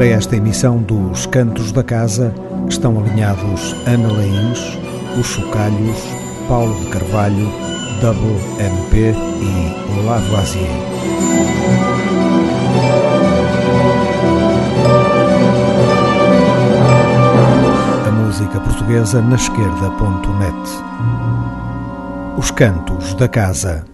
Para esta emissão dos Cantos da Casa estão alinhados Ana Laíns, Os Chocalhos, Paulo de Carvalho, Double MP e Lavoisier. A música portuguesa na esquerda.net. Os Cantos da Casa.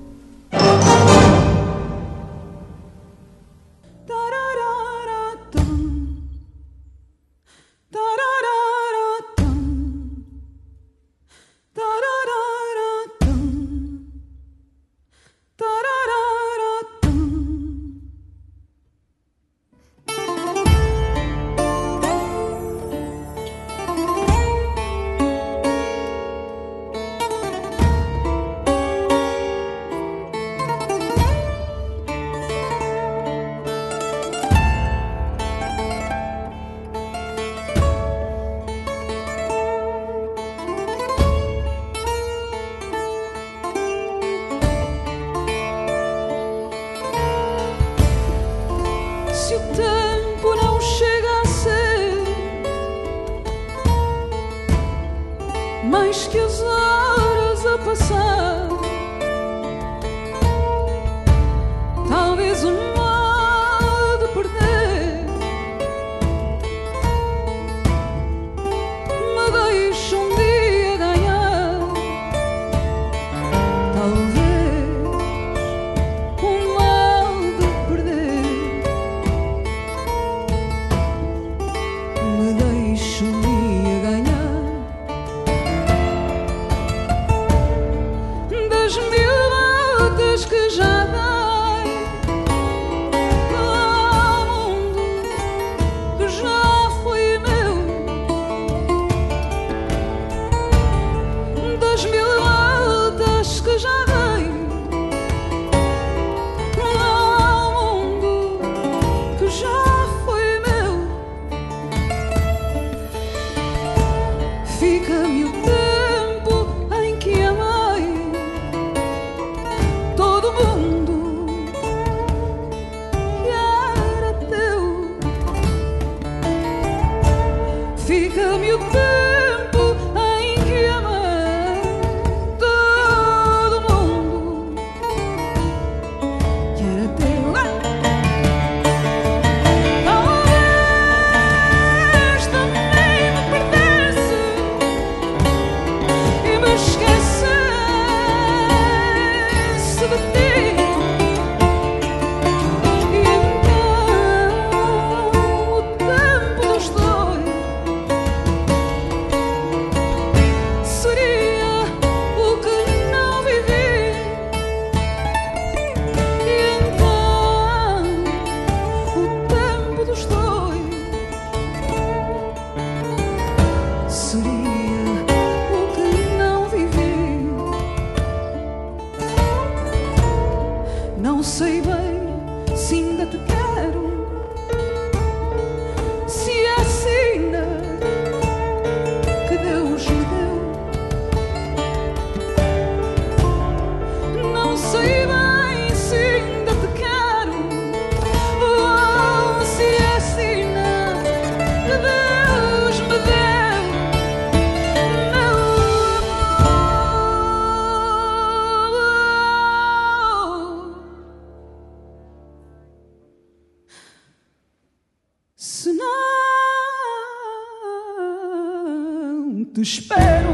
Te espero.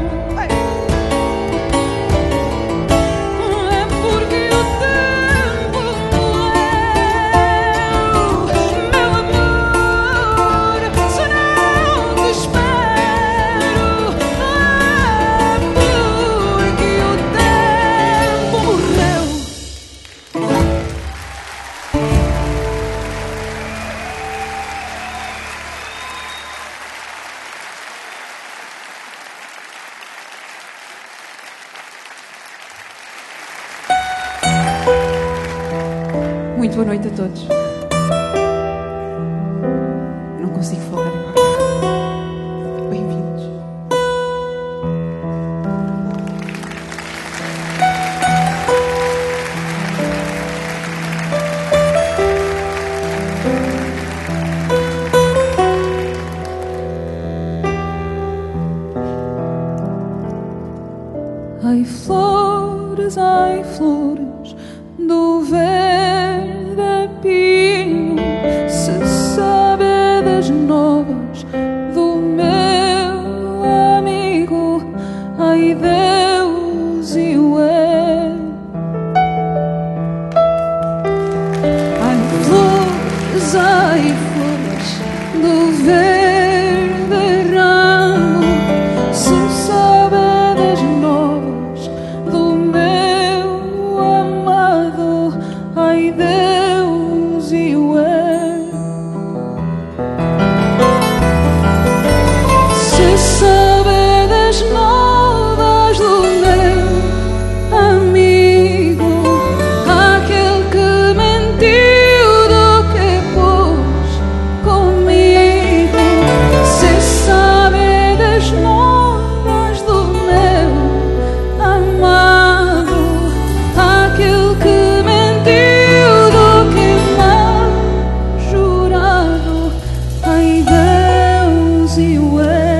Muito boa noite a todos. Não consigo falar agora. Bem-vindos. ai, flores do verde ramo, se sabedes novas do meu amado, ai Deus e eu. Se sabedes novas do meu amigo, aquele que mentiu do que pôs comigo. Se sabedes novas do meu amado, aquele que mentiu do que mais jurado, ai Deus e eu.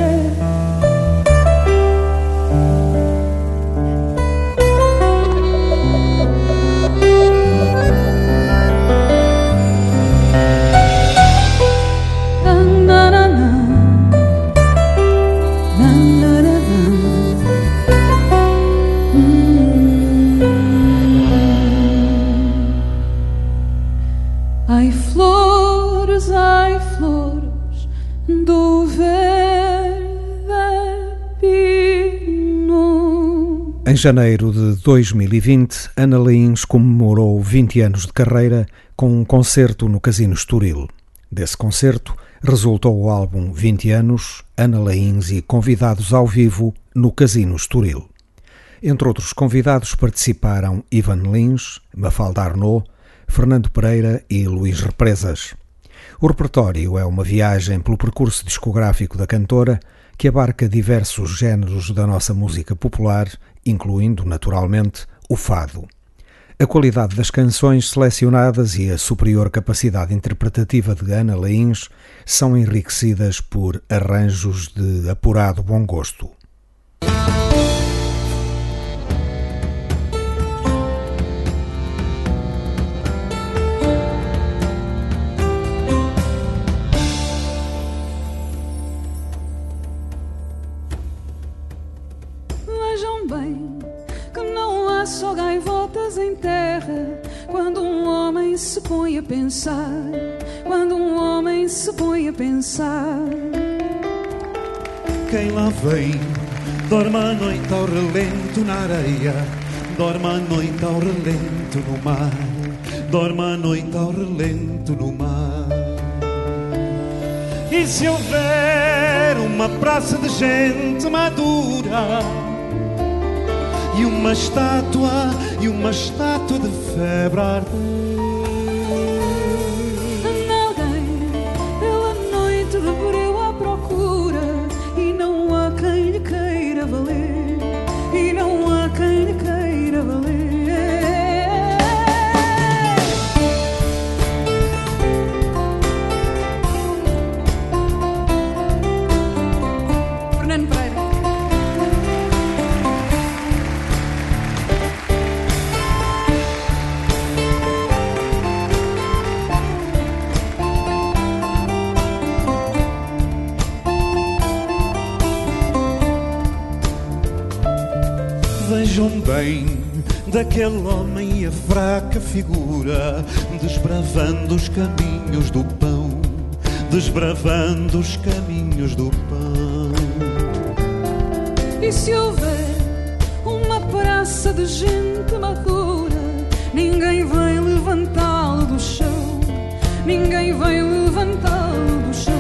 Ai, flores do verde pino. Em janeiro de 2020, Ana Lins comemorou 20 anos de carreira com um concerto no Casino Estoril. Desse concerto resultou o álbum 20 anos, Ana Lins e convidados ao vivo no Casino Estoril. Entre outros convidados participaram Ivan Lins, Mafalda Arnaud, Fernando Pereira e Luís Represas. O repertório é uma viagem pelo percurso discográfico da cantora que abarca diversos géneros da nossa música popular, incluindo, naturalmente, o fado. A qualidade das canções selecionadas e a superior capacidade interpretativa de Ana Lins são enriquecidas por arranjos de apurado bom gosto. Vejam bem que não há só gaivotas em terra quando um homem se põe a pensar, quando um homem se põe a pensar. Quem lá vem, dorme à noite ao relento na areia, dorme à noite ao relento no mar, dorme à noite ao relento no mar. E se houver uma praça de gente madura e uma estátua de febre ardente, Alguém pela noite de breu à procura e não há quem lhe queira valer, e não há quem lhe queira valer. Fernando Pereira. vejam bem daquele homem e a fraca figura, desbravando os caminhos do pão, desbravando os caminhos do pão. E se houver uma praça de gente madura, ninguém vai levantá-lo do chão, ninguém vai levantá-lo do chão.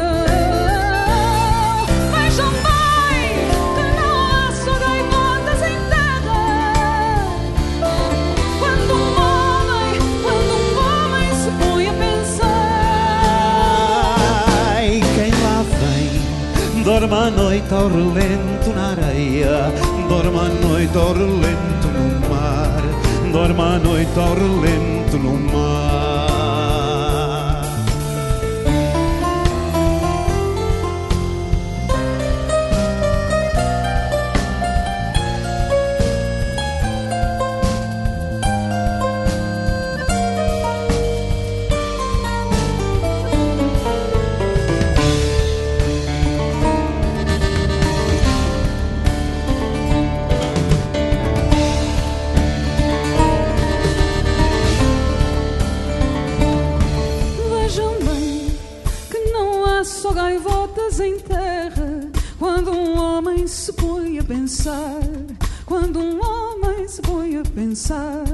Vejam bem que não há só gaivotas em terra. Quando um homem se põe a pensar. Ai, quem lá vem, dorme à noite ao relento na areia, dorme à noite ao relento no mar, dorme à noite ao relento no mar. gaivotas em terra, quando um homem se põe a pensar, quando um homem se põe a pensar.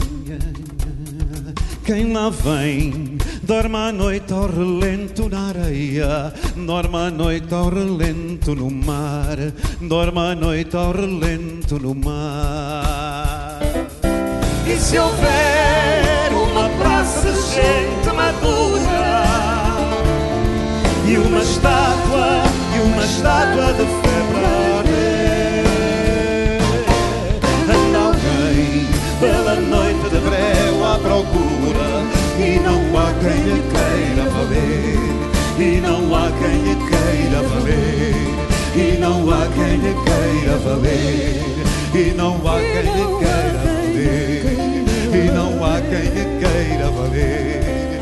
Quem lá vem, dorme à noite ao relento na areia, dorme à noite ao relento no mar, dorme à noite ao relento no mar. E se houver uma praça de gente madura e uma estátua de febre a arder, anda alguém pela noite de breu à procura, e não há quem lhe queira valer, e não há quem lhe queira valer, e não há quem lhe queira valer, e não há quem lhe queira valer, e não há quem lhe queira valer.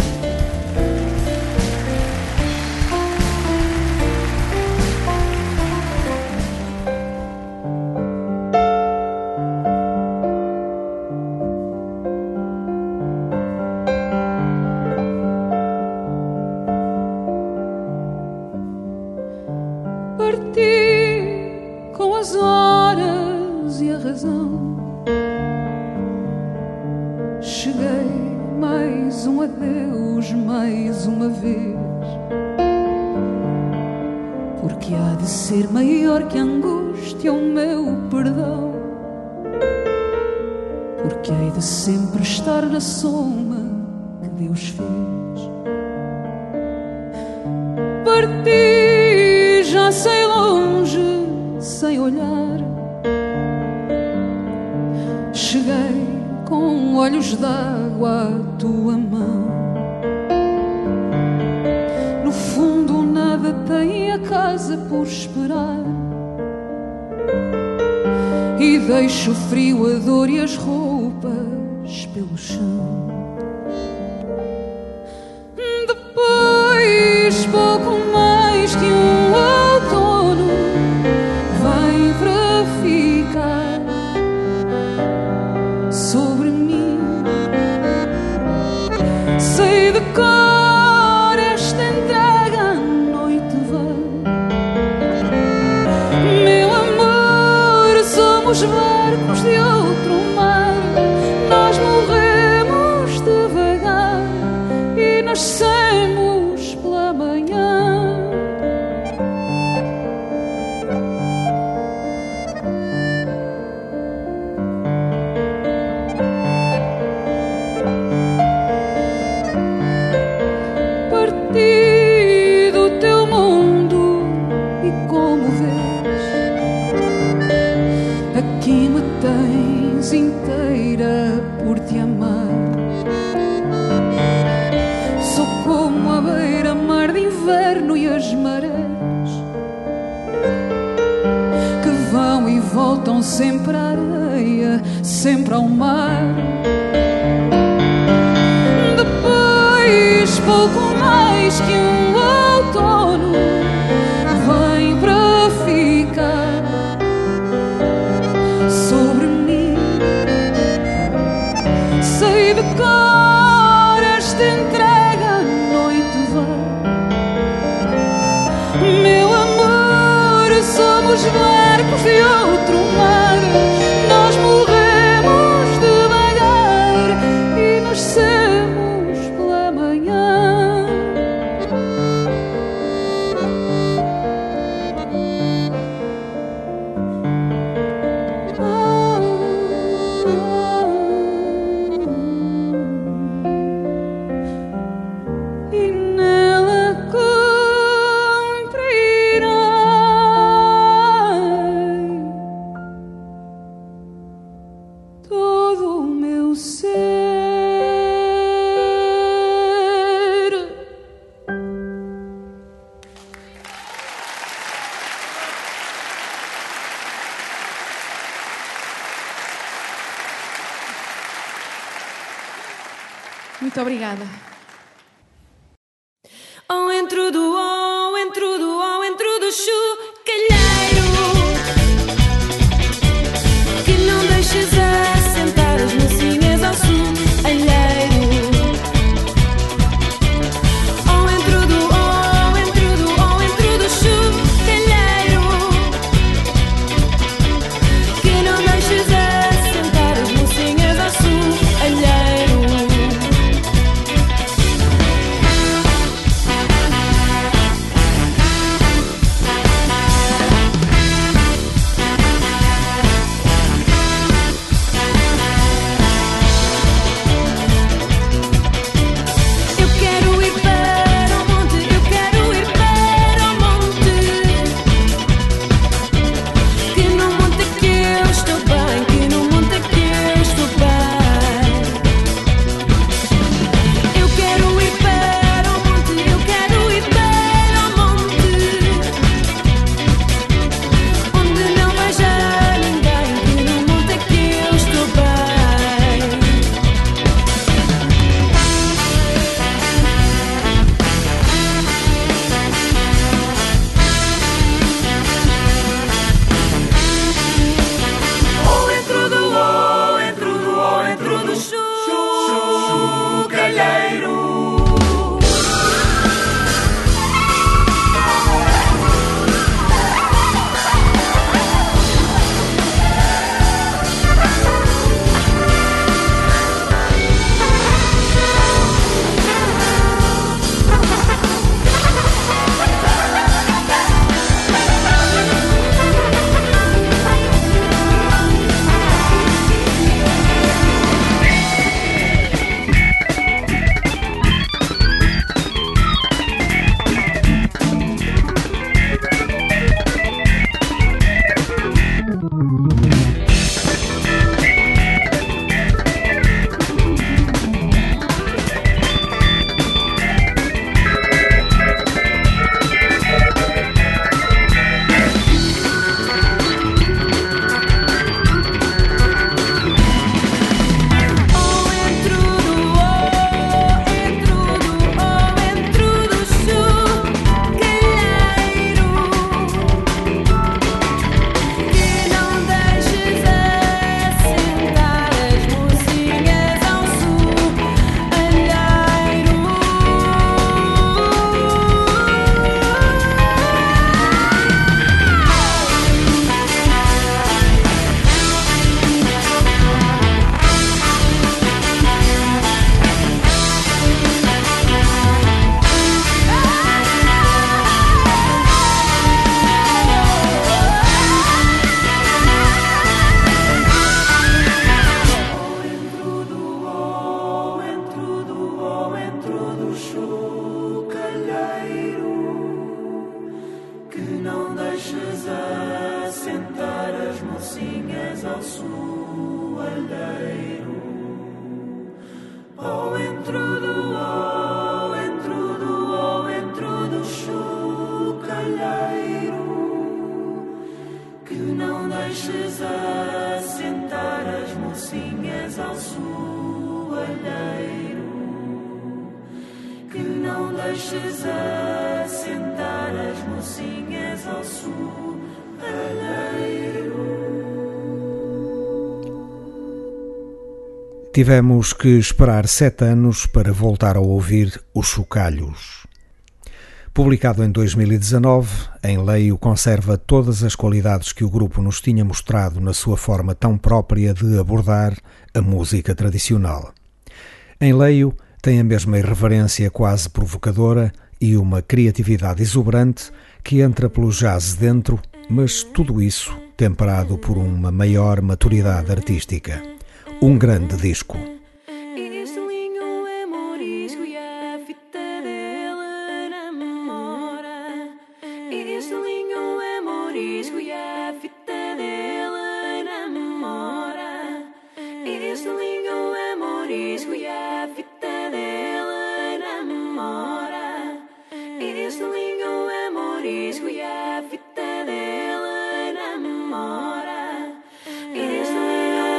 Ser maior que a angústia o meu perdão, porque hei de sempre estar na soma que Deus fez. Parti, já sei longe, sem olhar, cheguei com olhos d'água à tua mão. No fundo nada tem a casa por esperar, e deixo o frio, a dor e as roupas pelo chão. Depois, pouco mais que um outono vem para ficar sobre mim. Sei de cor esta entrega à noite vem. Meu amor, somos barcos de outro mar, nós morremos devagar e nascemos pela manhã. Parti do teu mundo e como vês, aqui me tens inteira por te amar. Sou como a beira-mar de inverno e as marés que vão e voltam sempre à areia, sempre ao mar. Depois, pouco mais que um outono vem para ficar sobre mim. Sei de cor esta entrega à noite vem. Meu amor, somos barcos de outro mar, nós morremos devagar e nascemos pela manhã. E nela cumprirei todo o meu ser. Muito obrigada. Ao entro do chocalheiro, que não deixes assentar as mocinhas ao soalheiro. Ao entro do chocalheiro, entro do chocalheiro, que não deixes assentar as mocinhas ao soalheiro. Ou entro do chocalheiro, que não deixes assentar as mocinhas ao soalheiro, que não deixes assentar as mocinhas ao soalheiro. Tivemos que esperar 7 anos para voltar a ouvir Os Chocalhos. Publicado em 2019, Em Leio conserva todas as qualidades que o grupo nos tinha mostrado na sua forma tão própria de abordar a música tradicional. Em Leio tem a mesma irreverência quase provocadora e uma criatividade exuberante que entra pelo jazz dentro, mas tudo isso temperado por uma maior maturidade artística. Um grande disco. Este linho é morisco e a fita dele namora. Este linho é morisco e a fita dele namora. Este linho é morisco e a fita dele namora. Este linho é morisco e a fita dele namora. Este linho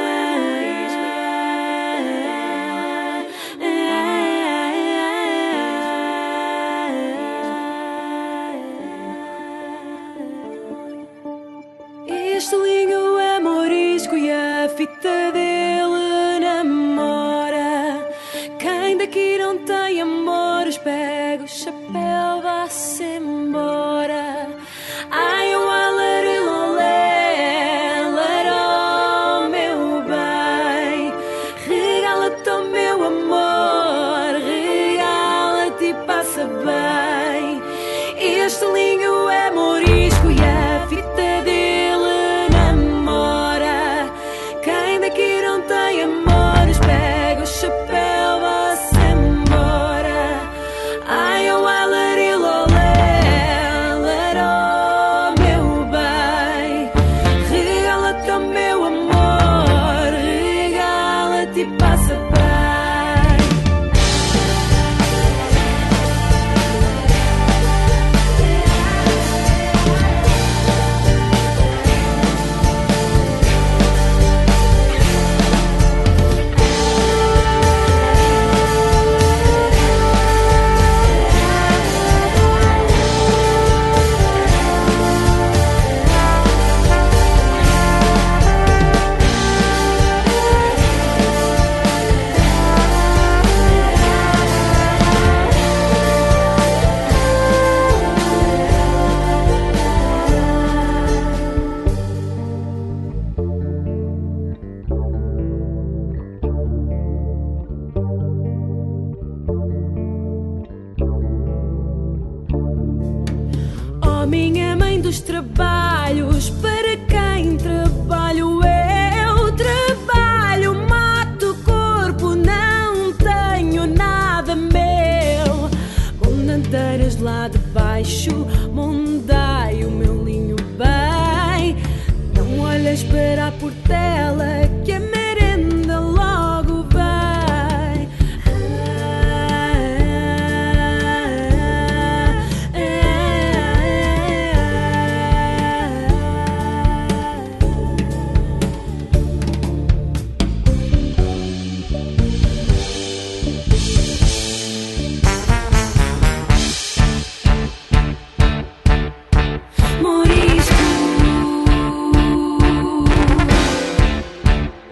Este linho é morisco e a fita dele namora. Quem daqui não tem amores, pega o chapéu, vá-se embora. Ai, o alarelolé, leró, meu bem, regala-te ao meu amor, regala-te e passa bem. Este linho é morisco e a fita dele namora. Quem daqui não tem amores, pega o chapéu, vá-se embora. Ai, o alarilolé, leró, meu bem, regala-te ao meu amor, regala-te e passa bem. Oh, minha mãe dos trabalhos, para quem trabalho eu trabalho, mato o corpo, não tenho nada meu. Monadeiras lá de baixo, mondai o meu linho bem. Não olhas para a portela, que a merenda logo vem. Morisco.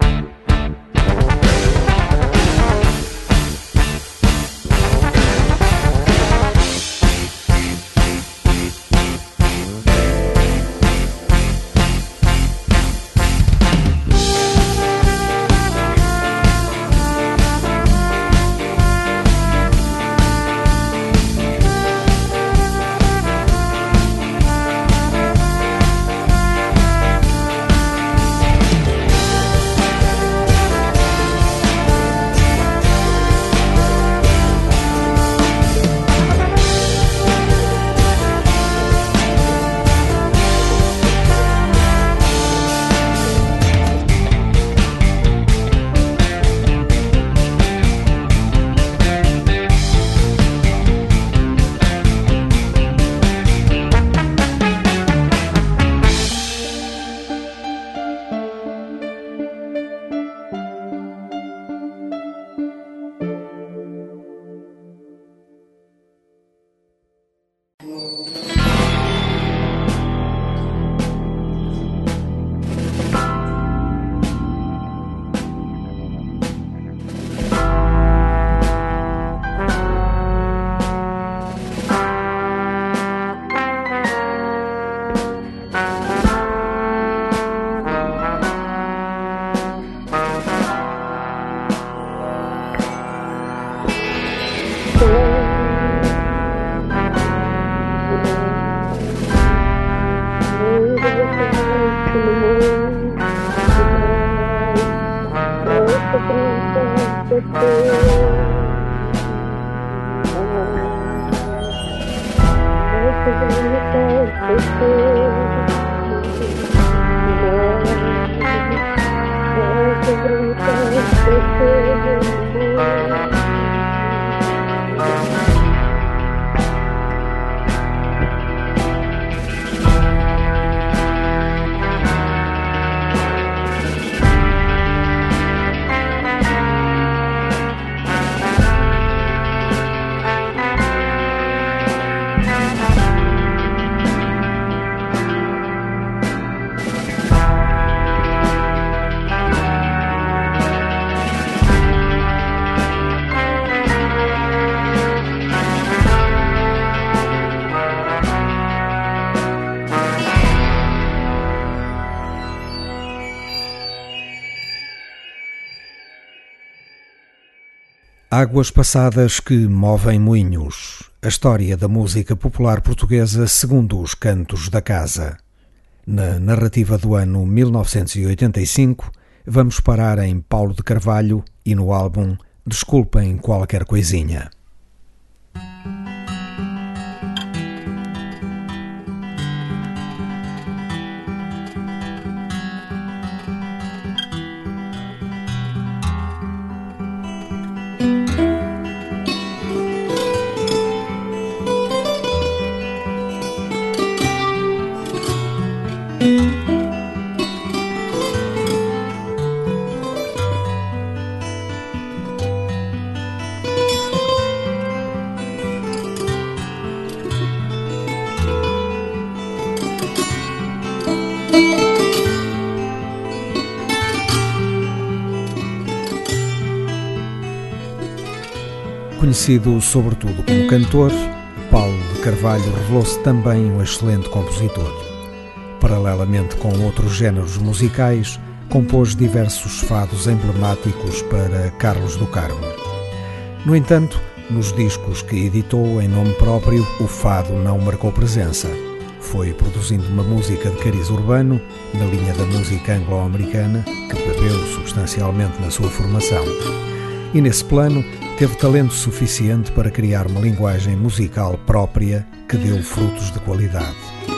Águas passadas que movem moinhos. A história da música popular portuguesa segundo os cantos da casa. Na narrativa do ano 1985, vamos parar em Paulo de Carvalho e no álbum Desculpem Qualquer Coisinha. Conhecido sobretudo como cantor, Paulo de Carvalho revelou-se também um excelente compositor. Paralelamente com outros géneros musicais, compôs diversos fados emblemáticos para Carlos do Carmo. No entanto, nos discos que editou em nome próprio, o fado não marcou presença. Foi produzindo uma música de cariz urbano, na linha da música anglo-americana, que bebeu substancialmente na sua formação. E nesse plano, teve talento suficiente para criar uma linguagem musical própria que deu frutos de qualidade.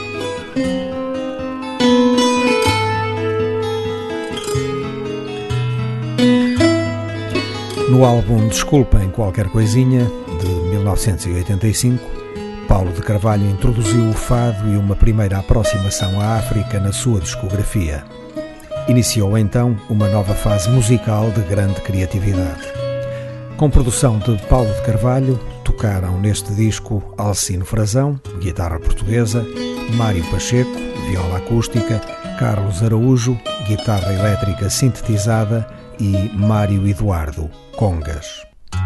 No álbum Desculpem Qualquer Coisinha, de 1985, Paulo de Carvalho introduziu o fado e uma primeira aproximação à África na sua discografia. Iniciou então uma nova fase musical de grande criatividade. Com produção de Paulo de Carvalho, tocaram neste disco Alcino Frazão, guitarra portuguesa, Mário Pacheco, viola acústica, Carlos Araújo, guitarra elétrica sintetizada e Mário Eduardo, congas.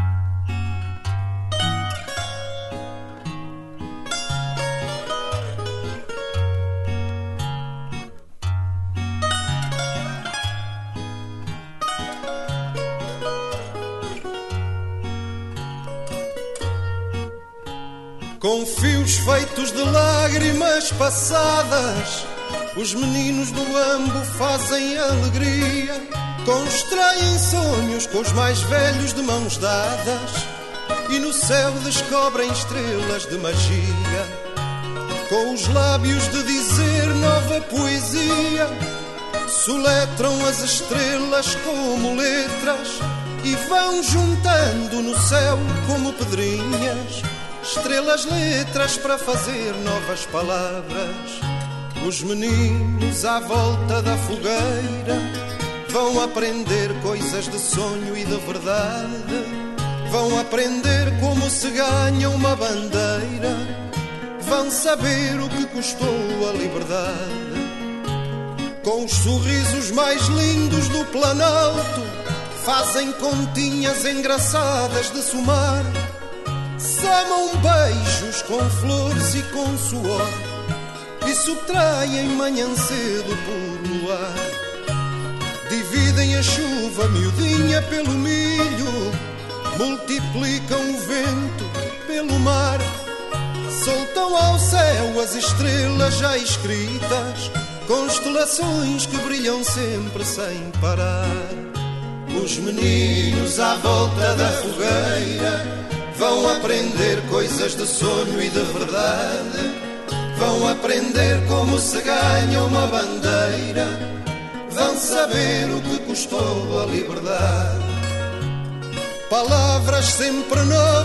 Com fios feitos de lágrimas passadas, os meninos do Ambo fazem alegria, constroem sonhos com os mais velhos de mãos dadas, e no céu descobrem estrelas de magia. Com os lábios de dizer nova poesia, soletram as estrelas como letras e vão juntando no céu como pedrinhas, estrelas, letras para fazer novas palavras. Os meninos à volta da fogueira vão aprender coisas de sonho e de verdade, vão aprender como se ganha uma bandeira, vão saber o que custou a liberdade. Com os sorrisos mais lindos do Planalto, fazem continhas engraçadas de somar, samam beijos com flores e com suor, e subtraem manhã cedo por luar. Dividem a chuva miudinha pelo milho, multiplicam o vento pelo mar, soltam ao céu as estrelas já escritas, constelações que brilham sempre sem parar. Os meninos à volta da fogueira vão aprender coisas de sonho e de verdade, vão aprender como se ganha uma bandeira, vão saber o que custou a liberdade. Palavras sempre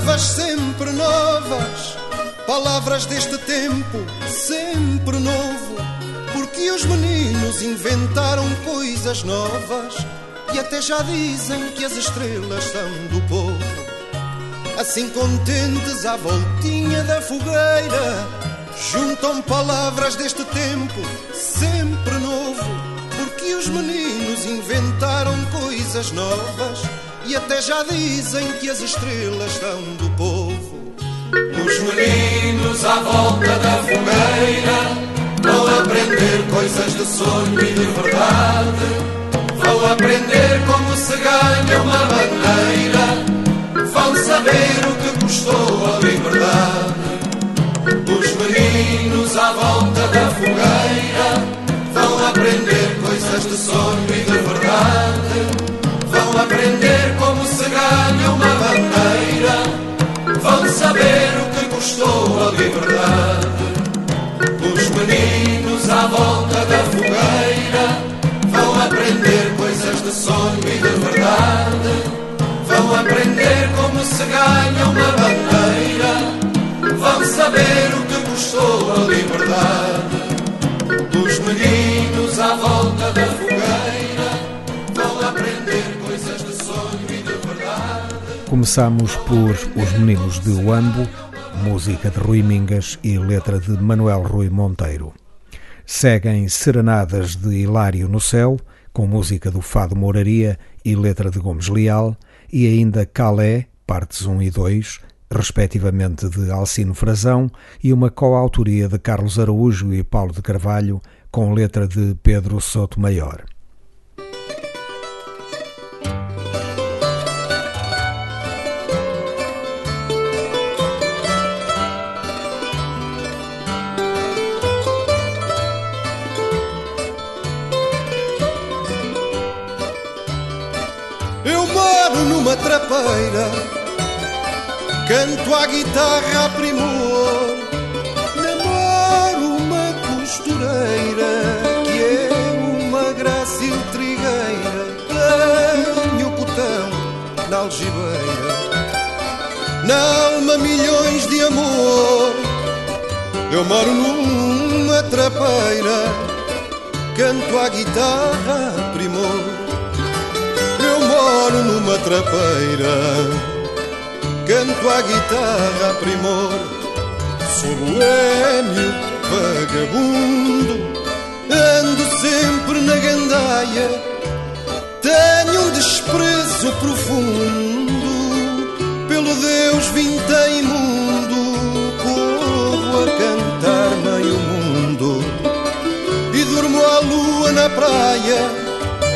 novas, palavras deste tempo sempre novo, porque os meninos inventaram coisas novas e até já dizem que as estrelas são do povo. Assim contentes à voltinha da fogueira, juntam palavras deste tempo sempre novo, porque os meninos inventaram coisas novas e até já dizem que as estrelas são do povo. Os meninos à volta da fogueira vão aprender coisas de sonho e de verdade, vão aprender como se ganha uma bandeira, vão saber o que custou a liberdade. Os meninos à volta da fogueira vão aprender coisas de sonho e de verdade, vão aprender como se ganha uma bandeira, vão saber o que custou a liberdade. Os meninos à volta da fogueira vão aprender coisas de sonho e de verdade, vão aprender como se ganha uma bandeira, vão saber o que custou a liberdade. Os meninos à volta da fogueira vão aprender coisas de sonho e de verdade. Começamos por Os Meninos de Uambo, música de Rui Mingas e letra de Manuel Rui Monteiro. Seguem Serenadas de Hilário no Céu, com música do Fado Mouraria e letra de Gomes Leal, e ainda Calé, partes 1 e 2, respectivamente de Alcino Frazão, e uma coautoria de Carlos Araújo e Paulo de Carvalho, com letra de Pedro Sotomayor. Eu moro numa trapeira, canto à guitarra a primor, namoro uma costureira que é uma grácil trigueira, tenho o cotão na algibeira, na alma milhões de amor. Eu moro numa trapeira, canto à guitarra a primor. Eu moro numa trapeira, canto à guitarra a primor. Sou boêmio, vagabundo, ando sempre na gandaia. Tenho um desprezo profundo pelo Deus vinte imundo. Corro a cantar meio mundo e durmo à lua na praia.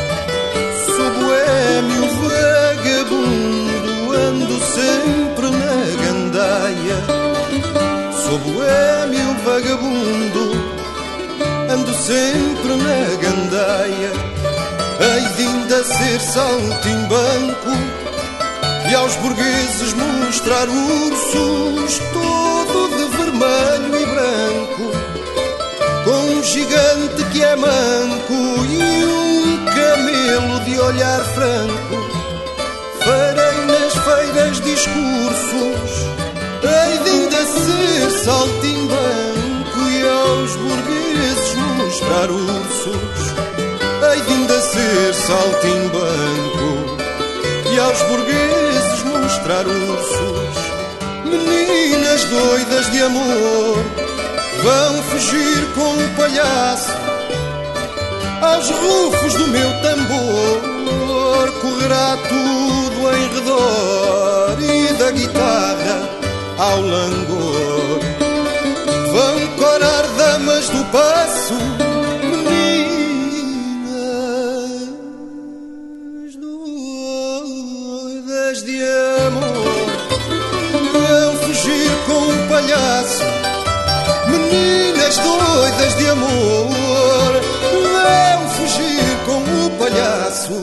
Sou boêmio, vagabundo, ando sempre na gandaia. Sou boêmio, vagabundo, ando sempre na gandaia. Hei de ainda ser saltimbanco e aos burgueses mostrar ursos, todo de vermelho e branco, com um gigante que é manco e um camelo de olhar franco. Farei nas feiras discursos, hei de ainda ser saltimbanco e aos burgueses mostrar ursos. Hei de ainda ser saltimbanco e aos burgueses mostrar ursos. Meninas doidas de amor vão fugir com o palhaço aos rufos do meu tambor. Correrá tudo em redor e da guitarra ao langor. Vão corar damas do passo, meninas doidas de amor. Vão fugir com o palhaço, meninas doidas de amor, vão fugir com o palhaço.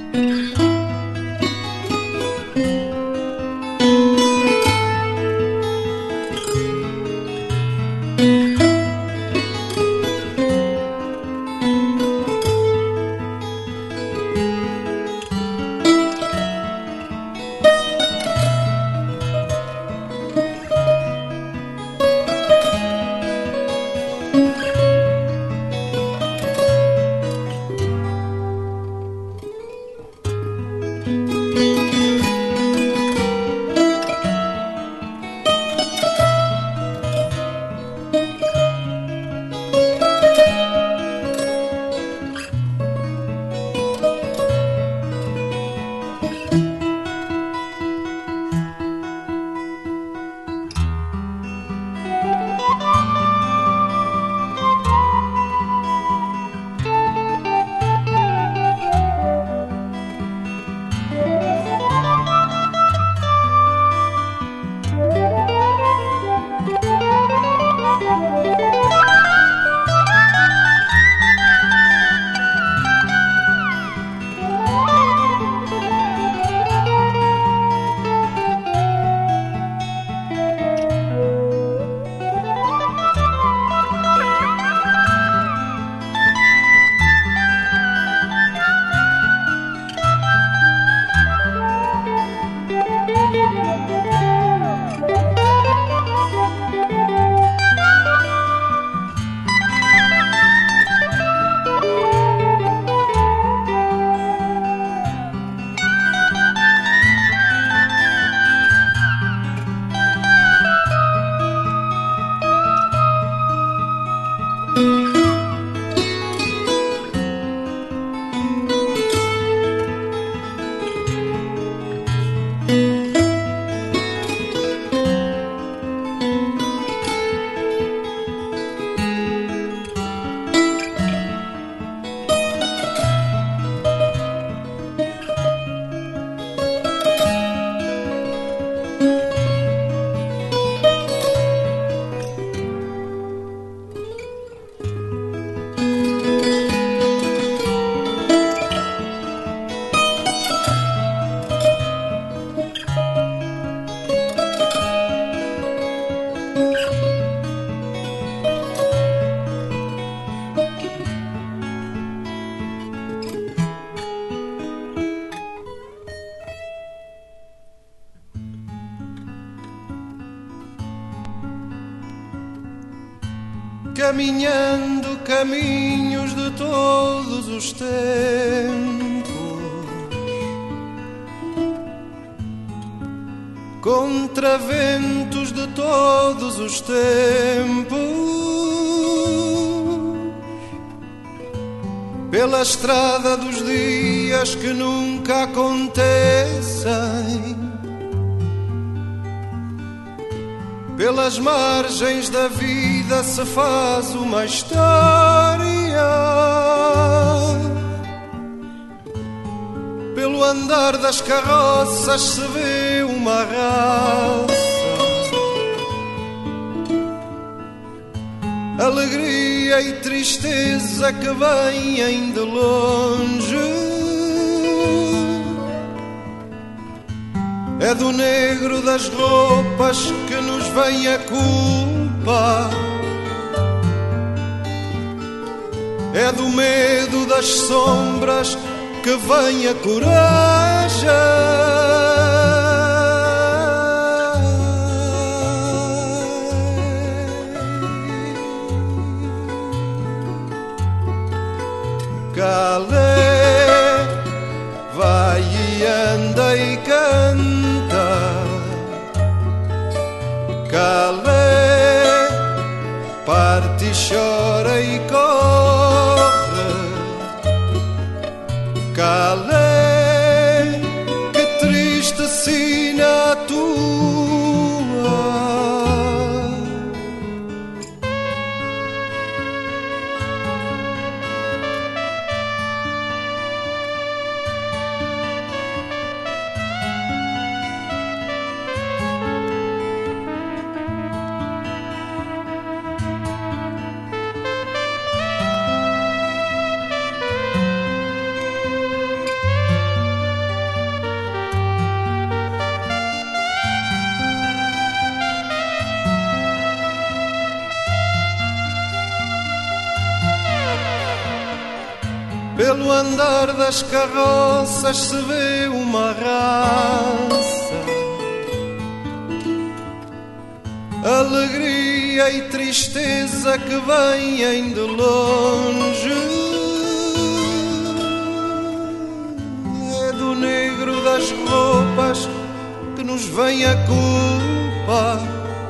Caminhando caminhos de todos os tempos, contra ventos de todos os tempos, pela estrada dos dias que nunca acontecem, pelas margens da vida se faz uma história, pelo andar das carroças se vê uma raça, alegria e tristeza que vêm de longe. É do negro das roupas que nos vem a culpa, é do medo das sombras que vem a coragem. Calé, vai e anda e canta. Calé, parte e chora e corre. Calé, que triste sina tua. andar das carroças se vê uma raça, alegria e tristeza que vêm de longe. É do negro das roupas que nos vem a culpa,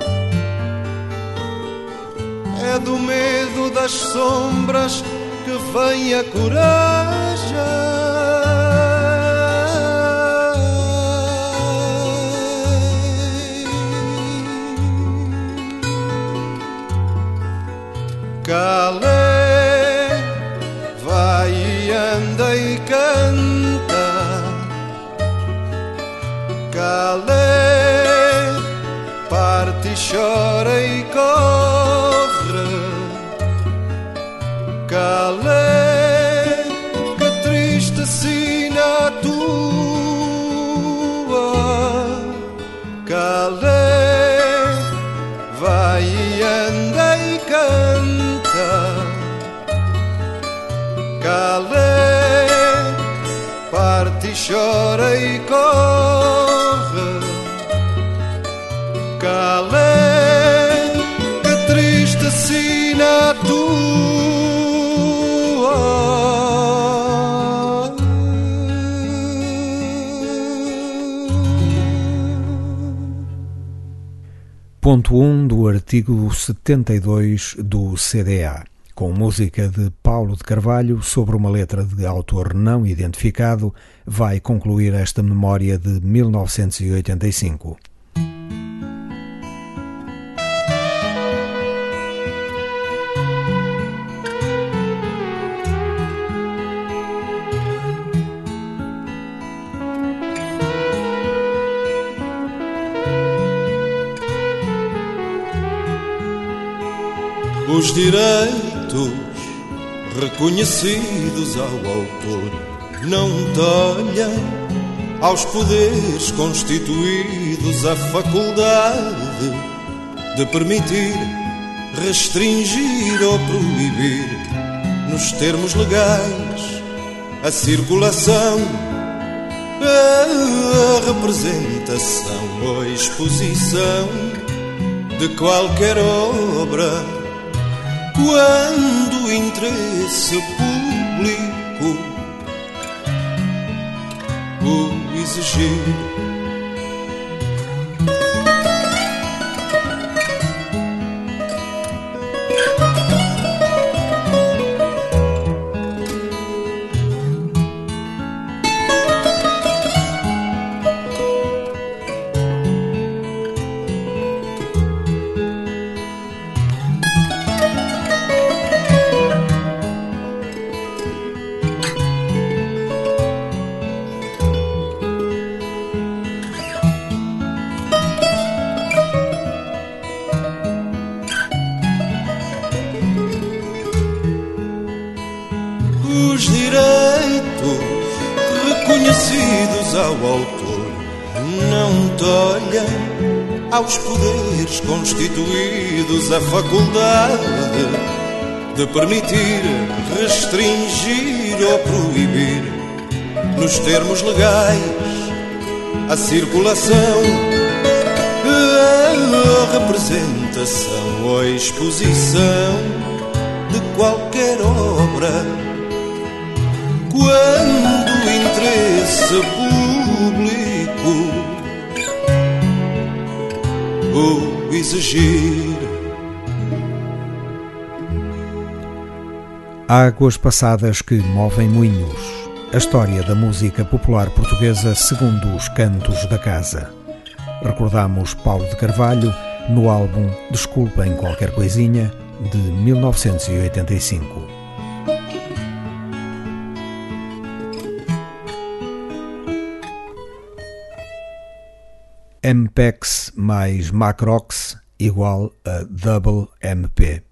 é do medo das sombras que vem a coragem. Calé, vai e anda e canta. Calé, parte e chora e corre. Calé, que triste sina tua. Calé, vai e anda e canta. Calé, parte e chora e corre. Calé, que triste sina tua. Ponto 1 do artigo 72 do CDA, com música de Paulo de Carvalho sobre uma letra de autor não identificado, vai concluir esta memória de 1985. Os direitos reconhecidos ao autor não tolhem aos poderes constituídos a faculdade de permitir, restringir ou proibir, nos termos legais, a circulação, a representação ou exposição de qualquer obra, quando o interesse público o exigir. Os direitos reconhecidos ao autor não tolhem aos poderes constituídos a faculdade de permitir, restringir ou proibir, nos termos legais, a circulação, a representação ou a exposição de qualquer obra, quando o interesse público o exigir. Águas passadas que movem moinhos. A história da música popular portuguesa segundo os cantos da casa. Recordamos Paulo de Carvalho no álbum Desculpem Qualquer Coisinha, de 1985. MPEX mais Macrox igual a Double MP.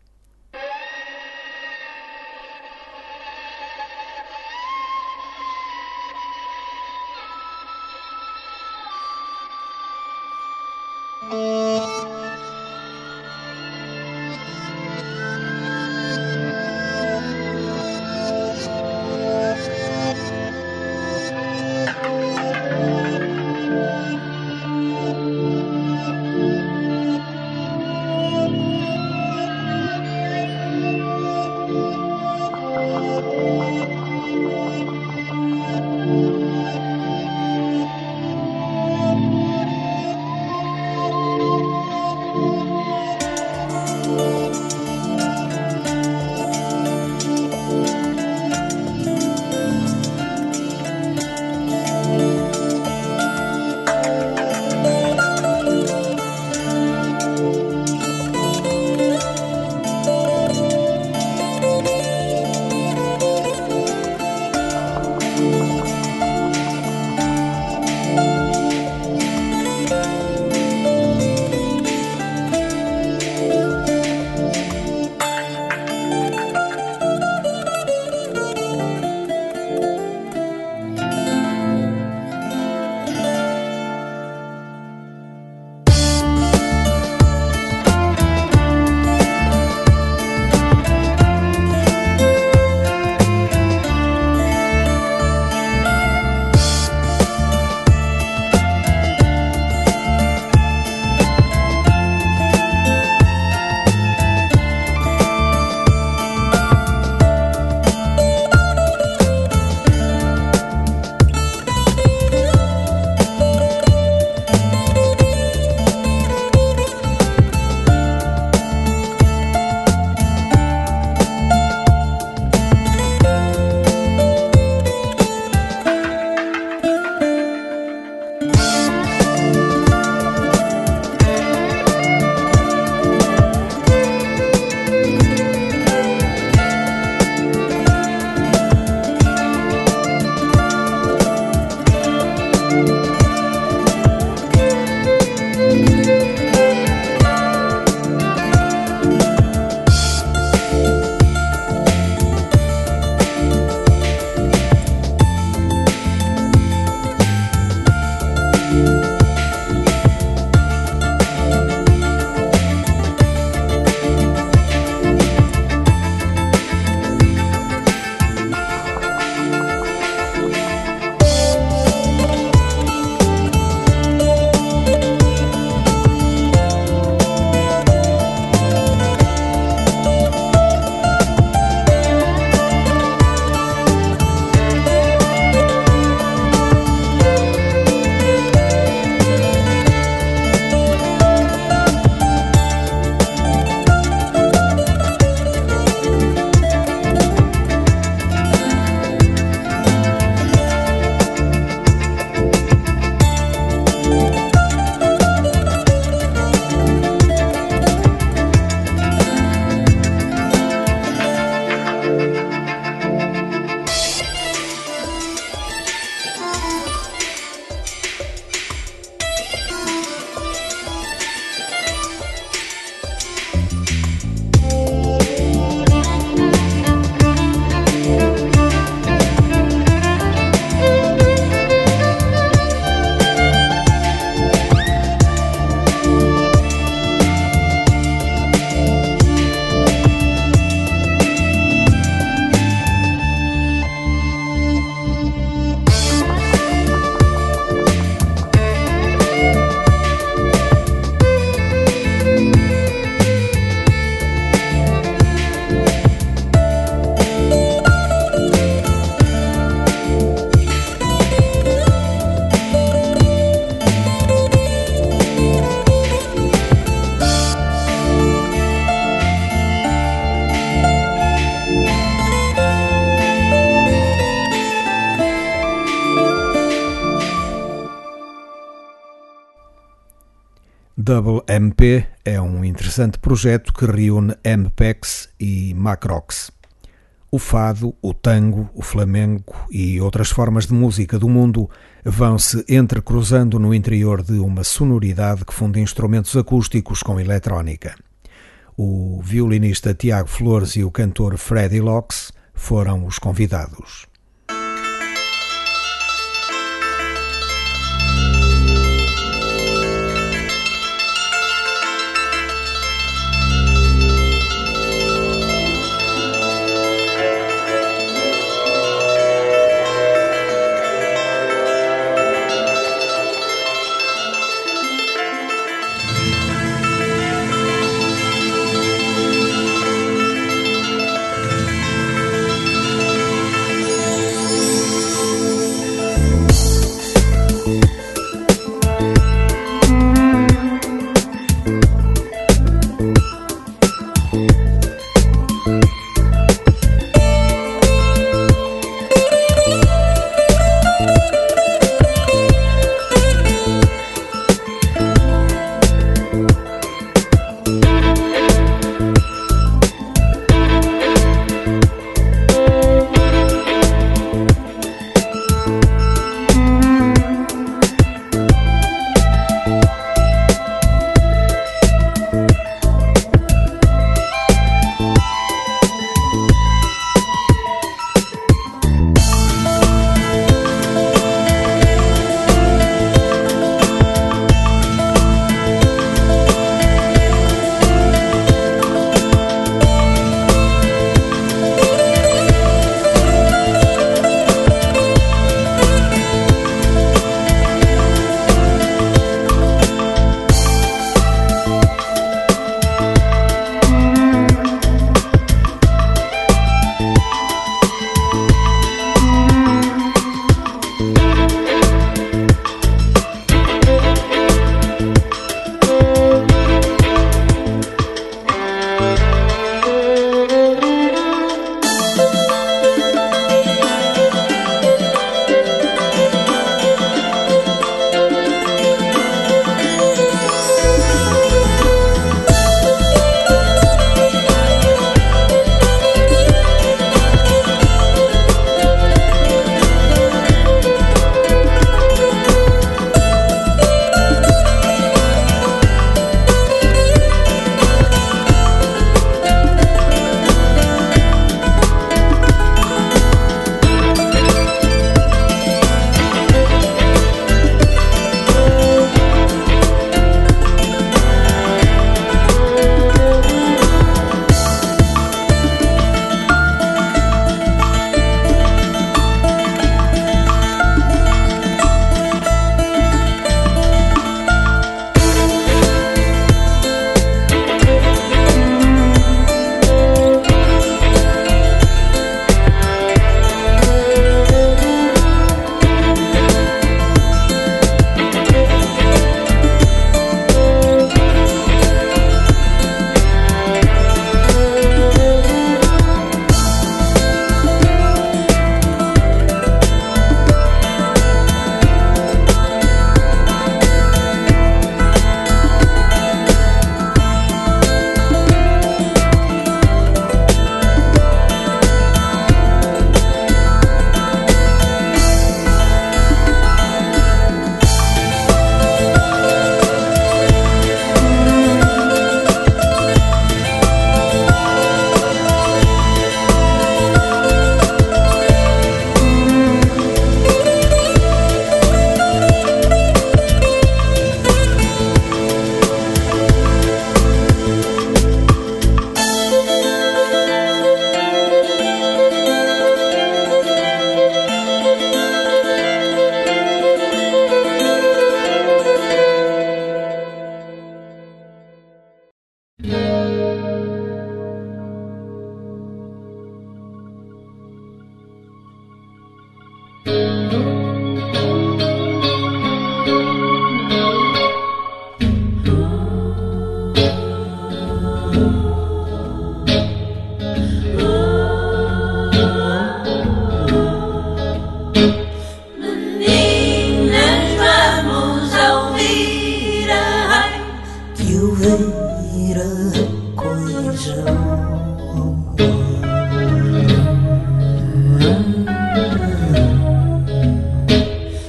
Double MP é um interessante projeto que reúne MPEX e Macrox. O fado, o tango, o flamenco e outras formas de música do mundo vão-se entrecruzando no interior de uma sonoridade que funde instrumentos acústicos com eletrónica. O violinista Tiago Flores e o cantor Freddy Locks foram os convidados.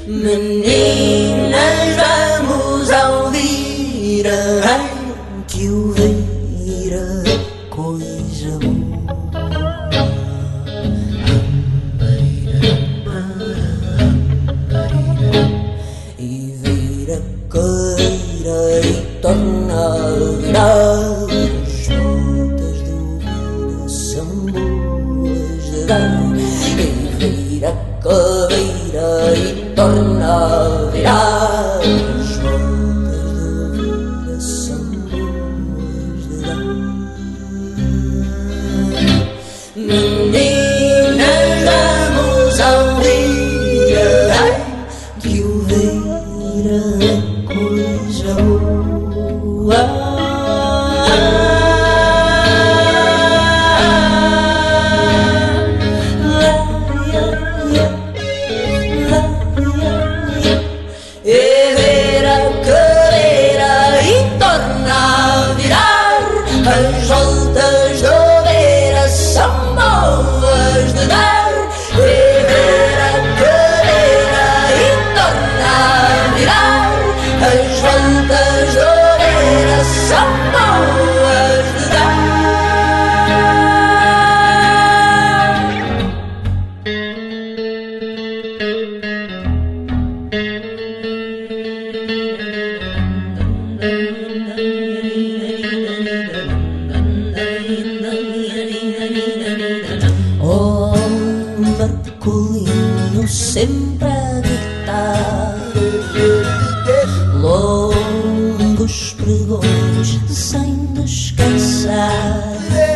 Meninas, vamos ouvir que ouvir a coisa boa. E vir a cadeira e tornar a virar. As voltas do vida são boas de dar. E vir a cadeira e torna a virar. As voltas da vida são boas de dar. Meninas, vamos ouvir que ouvir a coisa boa. Sempre a gritar longos pregões sem descansar.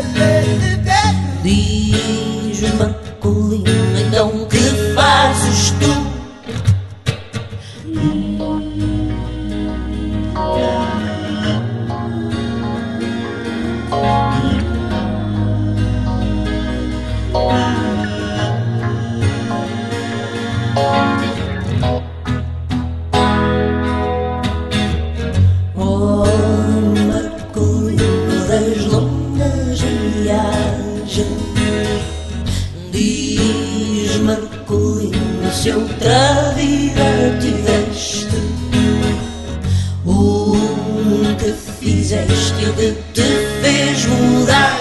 Diz Marcolino, então que fazes tu? Diz Marcolino, se outra vida tiveste, o que fizeste, o que te fez mudar.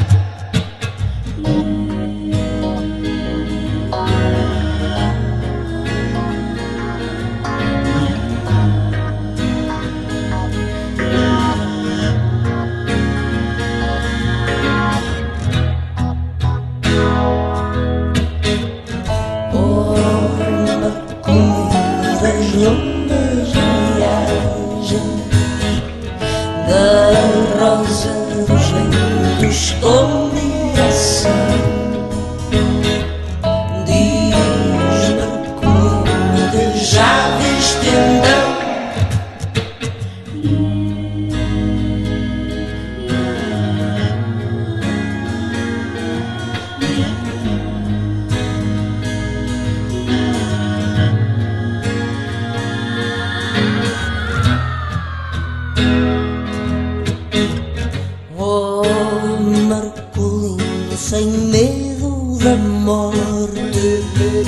Longas viagens da rosa dos ventos com direção. Diz Marcolino que já viste então sem medo da morte,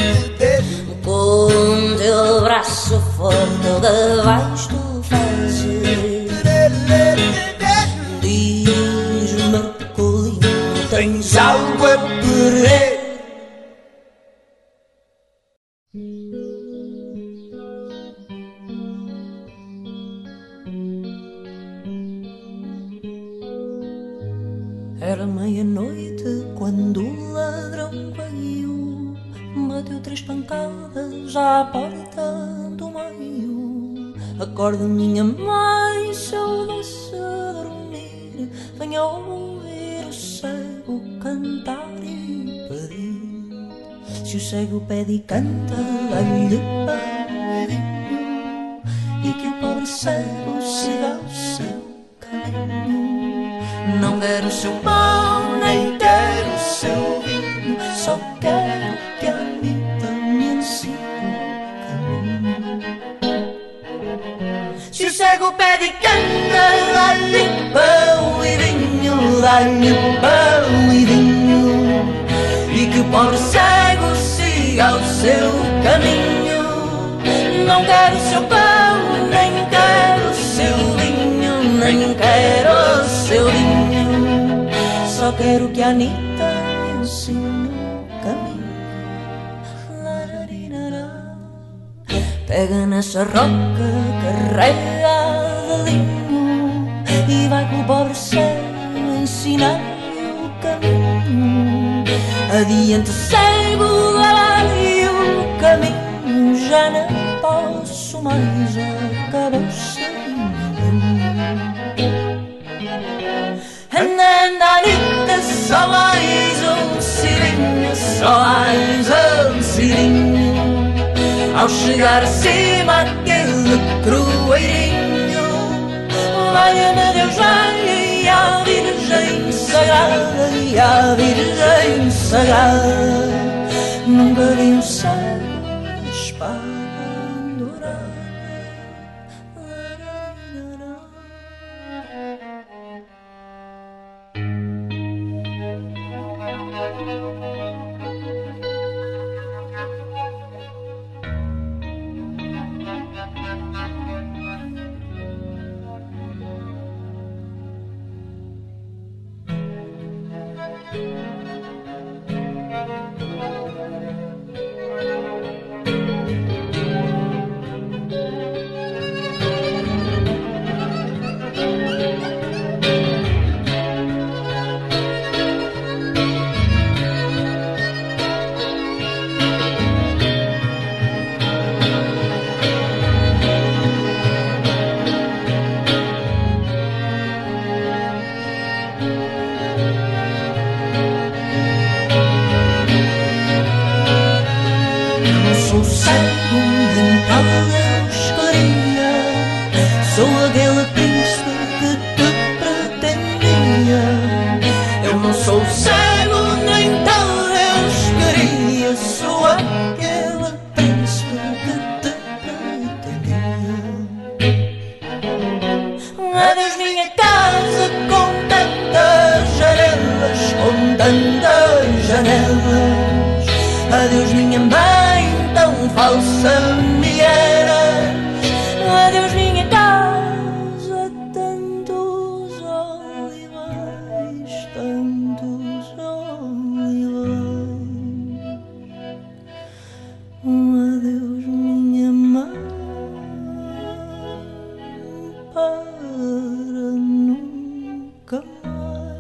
com teu braço forte o que vais tu fazer? Diz Marcolino, tens algo a perder. Era meia-noite quando o ladrão veio, bateu 3 pancadas à porta do meio. Acorda minha mãe, seu doce a dormir, venha ouvir o cego cantar e pedir. Se o cego pede e canta, dá-lhe pão e vinho, e que o pobre cego siga o seu caminho. Não quero o seu pão, nem quero o seu vinho, só quero que a vida me ensine o caminho. Se o cego pede e canta, dá-lhe pão e vinho, dá-lhe pão e vinho, e que o pobre cego siga o seu caminho. Não quero seu pão, nem quero seu vinho, nem quero seu vinho. Só quero que a Anitta me ensine o caminho. Pega nessa roca, carrega de linho e vai com o pobre céu ensinar-lhe o caminho. Adiante segue o galho, o caminho já não posso mais, acabou-se. Anda, Anitta, só mais um cirinho, só mais um cirinho. Ao chegar acima aquele crueirinho, valha-me Deus, valha, e a Virgem Sagrada, e a Virgem Sagrada. Nunca vi um cego a espada dourada. Adeus minha mãe tão falsa me eras, adeus minha casa, tantos olivais, tantos olivais. Adeus minha mãe para nunca mais.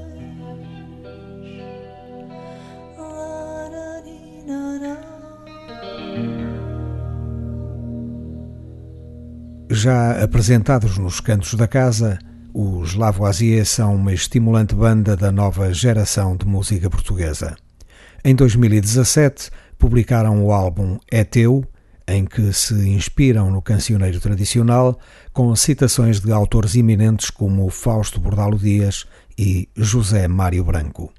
Já apresentados nos cantos da casa, os Lavoisier são uma estimulante banda da nova geração de música portuguesa. Em 2017, publicaram o álbum É Teu, em que se inspiram no cancioneiro tradicional, com citações de autores eminentes como Fausto Bordalo Dias e José Mário Branco.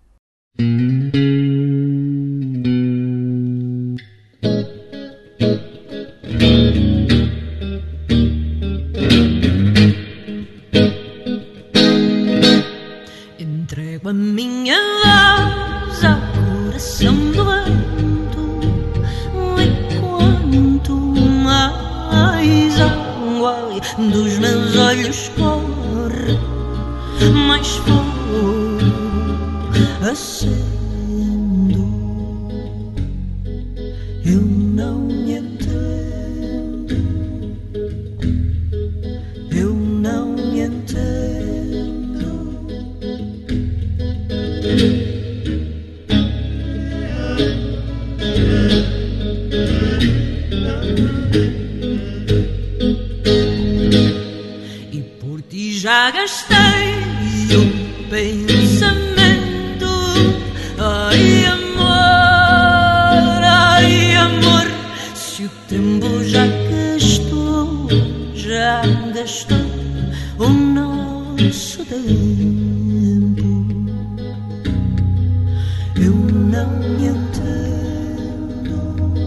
Entrego a minha voz ao coração do vento, e quanto mais água dos meus olhos corre, mais fogo acendo. Eu não me entendo, eu não me entendo. E por ti já gastei o pensamento. Ai amor, se o tempo já gastou o nosso tempo. Eu não me entendo,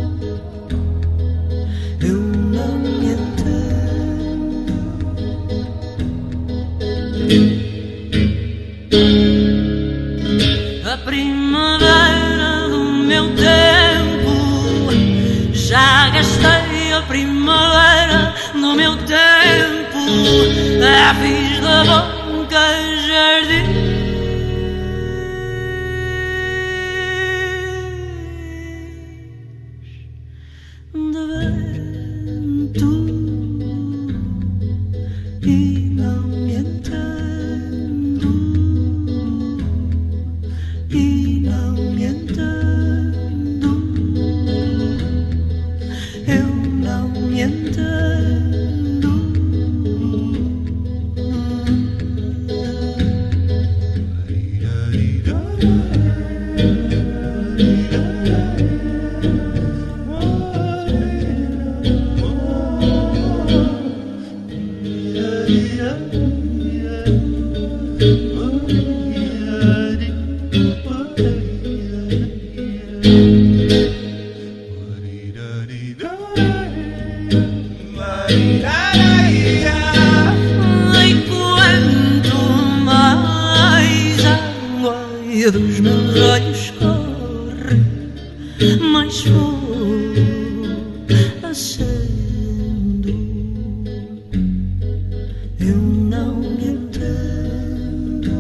eu não me entendo. A primavera do meu tempo, já gastei a primavera primavera no meu tempo, fiz da boca jardim. Dos meus olhos corre, mas vou acendo. Eu não me entendo,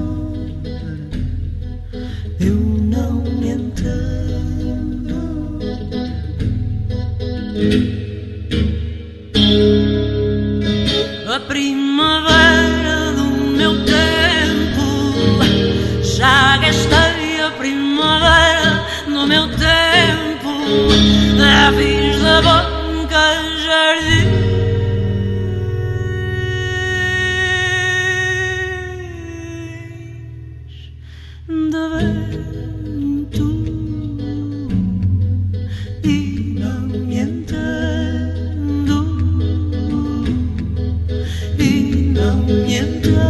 eu não me entendo. A primavera do meu tempo já gastei, a primavera no meu tempo, fiz da boca jardim. De vento e não me entendo, e não me entendo.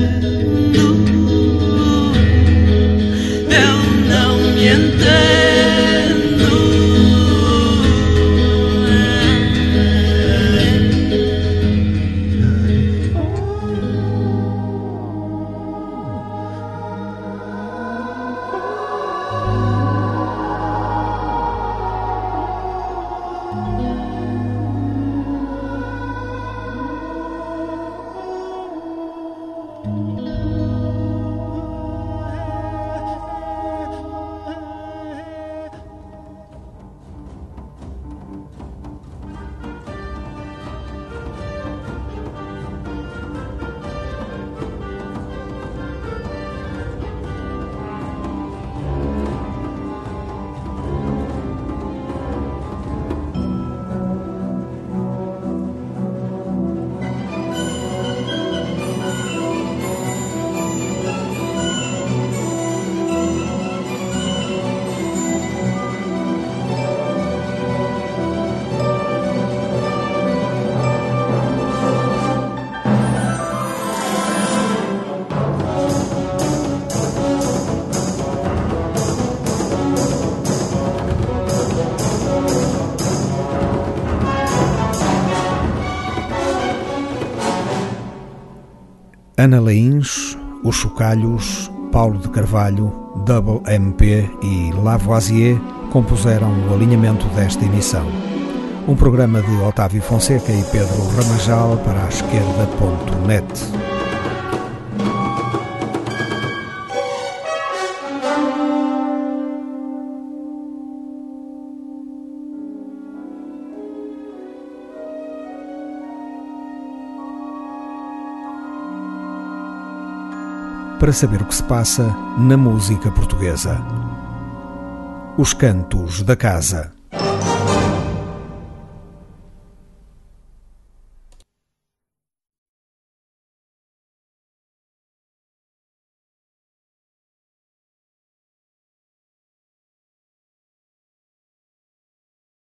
Ana Laíns, Os Chocalhos, Paulo de Carvalho, Double MP e Lavoisier compuseram o alinhamento desta emissão. Um programa de Otávio Fonseca e Pedro Ramajal para a esquerda.net. Para saber o que se passa na música portuguesa. Os Cantos da Casa.